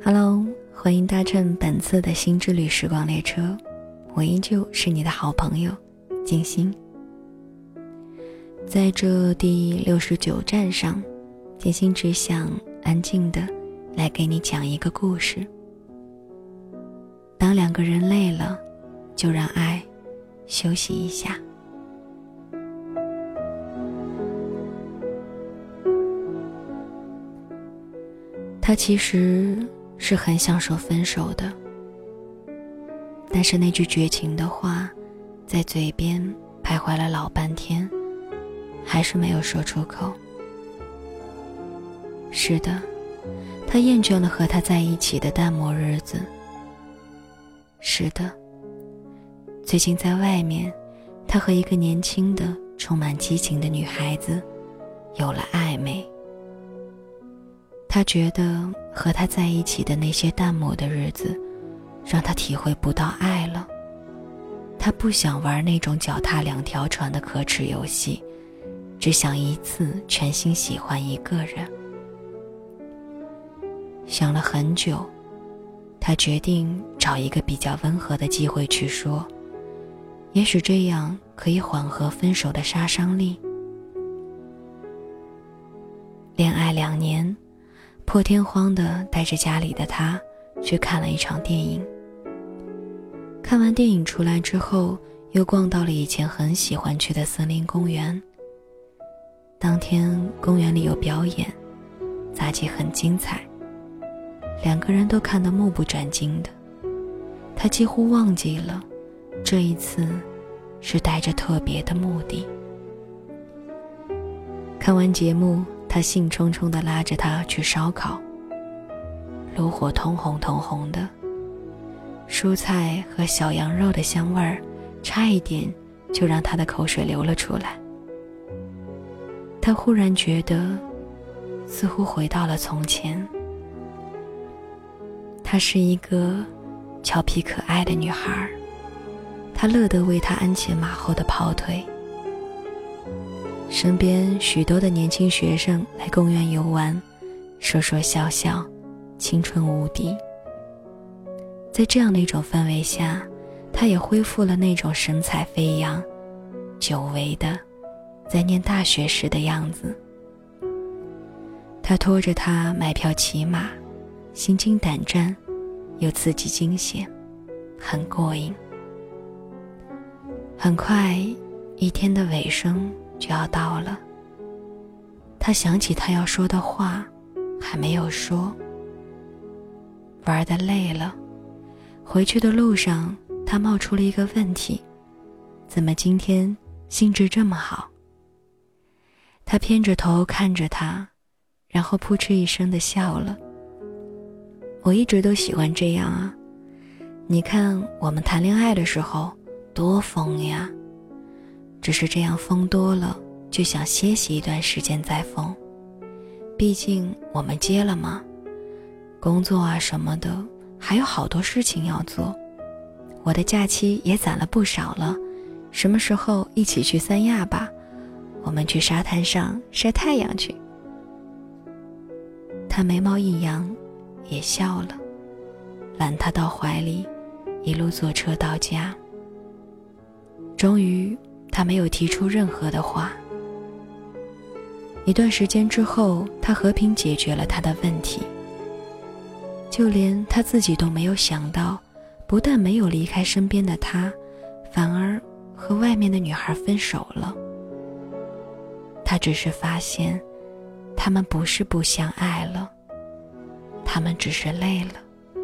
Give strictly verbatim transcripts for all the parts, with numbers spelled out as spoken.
Hello， 欢迎搭乘本次的新之旅时光列车，我依旧是你的好朋友静心。在这第六十九站上，静心只想安静的来给你讲一个故事。当两个人累了，就让爱休息一下。他其实是很想说分手的，但是那句绝情的话在嘴边徘徊了老半天，还是没有说出口。是的，他厌倦了和他在一起的淡漠日子。是的，最近在外面，他和一个年轻的充满激情的女孩子有了暧昧。他觉得和他在一起的那些淡漠的日子让他体会不到爱了。他不想玩那种脚踏两条船的可耻游戏，只想一次全心喜欢一个人。想了很久，他决定找一个比较温和的机会去说，也许这样可以缓和分手的杀伤力。恋爱两年，破天荒地带着家里的他去看了一场电影。看完电影出来之后，又逛到了以前很喜欢去的森林公园。当天公园里有表演，杂技很精彩，两个人都看得目不转睛的。他几乎忘记了这一次是带着特别的目的。看完节目，他兴冲冲地拉着他去烧烤，炉火通红通红的，蔬菜和小羊肉的香味儿差一点就让他的口水流了出来。他忽然觉得似乎回到了从前。她是一个俏皮可爱的女孩，他乐得为她鞍前马后的跑腿。身边许多的年轻学生来公园游玩，说说笑笑，青春无敌。在这样的一种氛围下，他也恢复了那种神采飞扬、久违的在念大学时的样子。他拖着她买票骑马，心惊胆战又刺激惊险，很过瘾。很快一天的尾声就要到了，他想起他要说的话还没有说。玩得累了，回去的路上他冒出了一个问题，怎么今天兴致这么好？他偏着头看着他，然后扑哧一声地笑了。我一直都喜欢这样啊，你看我们谈恋爱的时候多疯呀，只是这样疯多了就想歇息一段时间再疯。毕竟我们结了嘛，工作啊什么的还有好多事情要做，我的假期也攒了不少了，什么时候一起去三亚吧，我们去沙滩上晒太阳去。他眉毛一扬也笑了，揽他到怀里，一路坐车到家。终于他没有提出任何的话。一段时间之后，他和平解决了他的问题，就连他自己都没有想到，不但没有离开身边的他，反而和外面的女孩分手了。他只是发现他们不是不相爱了，他们只是累了。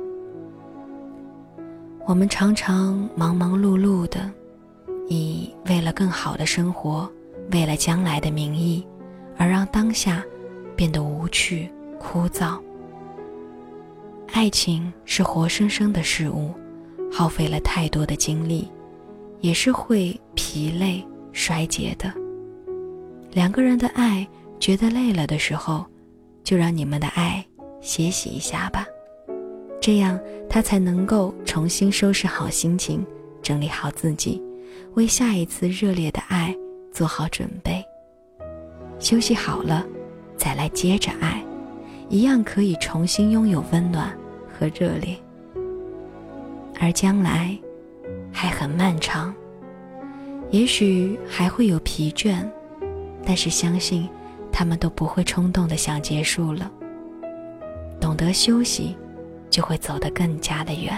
我们常常忙忙碌碌的，以为了更好的生活，为了将来的名义，而让当下变得无趣枯燥。爱情是活生生的事物，耗费了太多的精力，也是会疲累衰竭的。两个人的爱觉得累了的时候，就让你们的爱歇息一下吧，这样他才能够重新收拾好心情，整理好自己，为下一次热烈的爱做好准备。休息好了，再来接着爱，一样可以重新拥有温暖和热烈，而将来还很漫长，也许还会有疲倦，但是相信他们都不会冲动地想结束了。懂得休息，就会走得更加的远。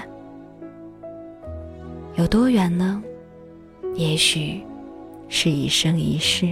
有多远呢？也许是一生一世。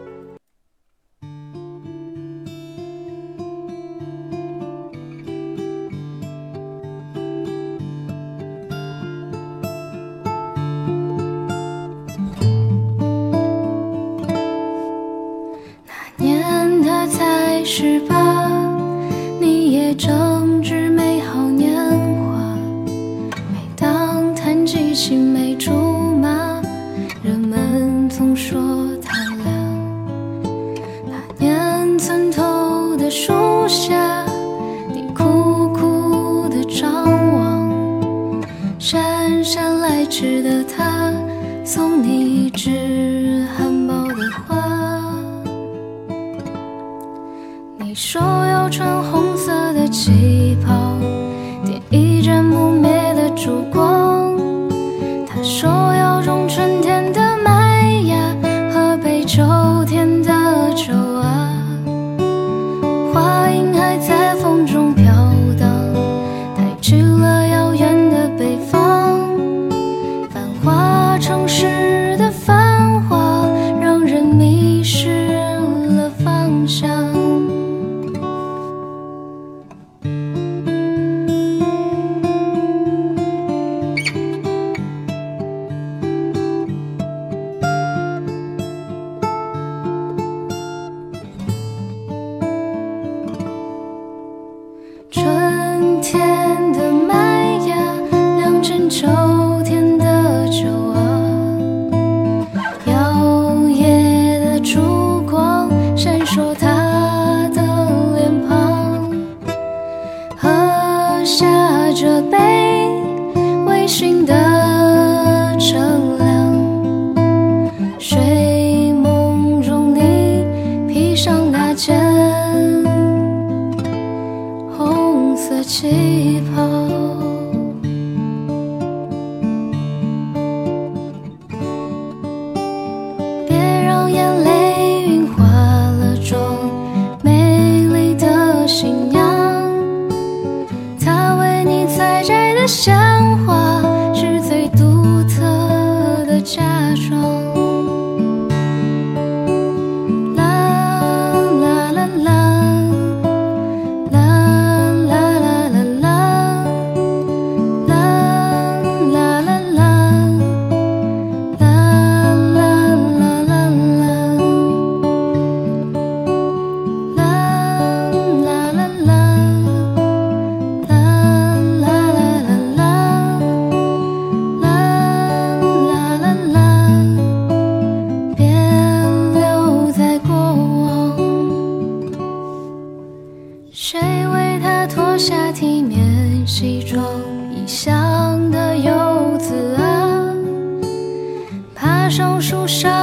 那年他才十八，你也正值美好年华。每当谈及青梅竹马，人们总说他俩。那年村头的树下，你苦苦地张望，姗姗来迟的他送你一枝含苞的花。你说要穿红色的旗袍，点一盏不灭的烛光。他说要种春天的麦芽和北秋天的秋啊。话音还在风中飘荡，带去了遥远的北方。繁华城市的繁华，让人迷失了方向。春天的麦芽酿成秋天的酒啊，摇曳的烛光闪烁他的脸庞，喝下这杯微醺的乘凉，睡梦中你披上那件红色旗袍。别让眼泪晕花了妆，美丽的新娘，她为你采摘的鲜花是最独特的嫁妆。谁为他脱下体面西装，异乡的游子啊，爬上树上